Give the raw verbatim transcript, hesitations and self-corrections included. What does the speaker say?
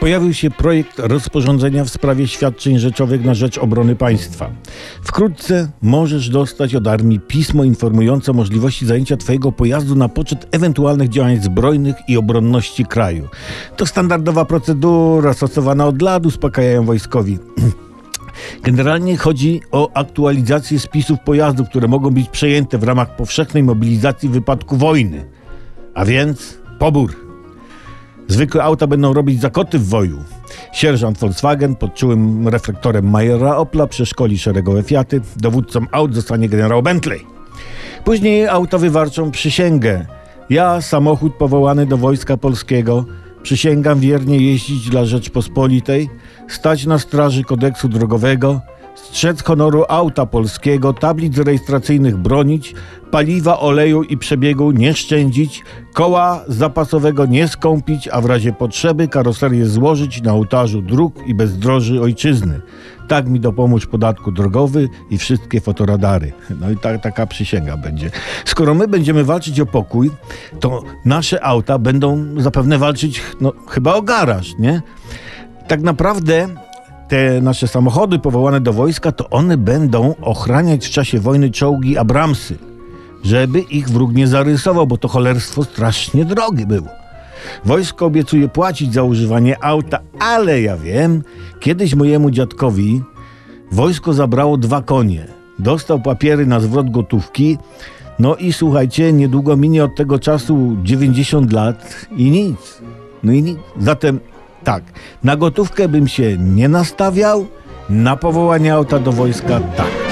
Pojawił się projekt rozporządzenia w sprawie świadczeń rzeczowych na rzecz obrony państwa. Wkrótce możesz dostać od armii pismo informujące o możliwości zajęcia twojego pojazdu na poczet ewentualnych działań zbrojnych i obronności kraju. To standardowa procedura stosowana od lat, uspokajają wojskowi. Generalnie chodzi o aktualizację spisów pojazdów, które mogą być przejęte w ramach powszechnej mobilizacji w wypadku wojny. A więc pobór. Zwykłe auta będą robić zakoty w woju. Sierżant Volkswagen pod czułym reflektorem majora Opla przeszkoli szeregowe Fiaty. Dowódcą aut zostanie generał Bentley. Później auta wywarczą przysięgę. Ja, samochód powołany do Wojska Polskiego, przysięgam wiernie jeździć dla Rzeczpospolitej, stać na straży kodeksu drogowego, strzec honoru auta polskiego, tablic rejestracyjnych bronić, paliwa, oleju i przebiegu nie szczędzić, koła zapasowego nie skąpić, a w razie potrzeby karoserię złożyć na ołtarzu dróg i bezdroży ojczyzny. Tak mi dopomóż podatku drogowy i wszystkie fotoradary. No i ta, taka przysięga będzie. Skoro my będziemy walczyć o pokój, to nasze auta będą zapewne walczyć, no chyba o garaż, nie? Tak naprawdę te nasze samochody powołane do wojska, to one będą ochraniać w czasie wojny czołgi Abramsy, żeby ich wróg nie zarysował, bo to cholerstwo strasznie drogie było. Wojsko obiecuje płacić za używanie auta, ale ja wiem, kiedyś mojemu dziadkowi wojsko zabrało dwa konie. Dostał papiery na zwrot gotówki, no i słuchajcie, niedługo minie od tego czasu dziewięćdziesiąt lat i nic. No i nic. Zatem tak, na gotówkę bym się nie nastawiał, na powołanie auta do wojska tak.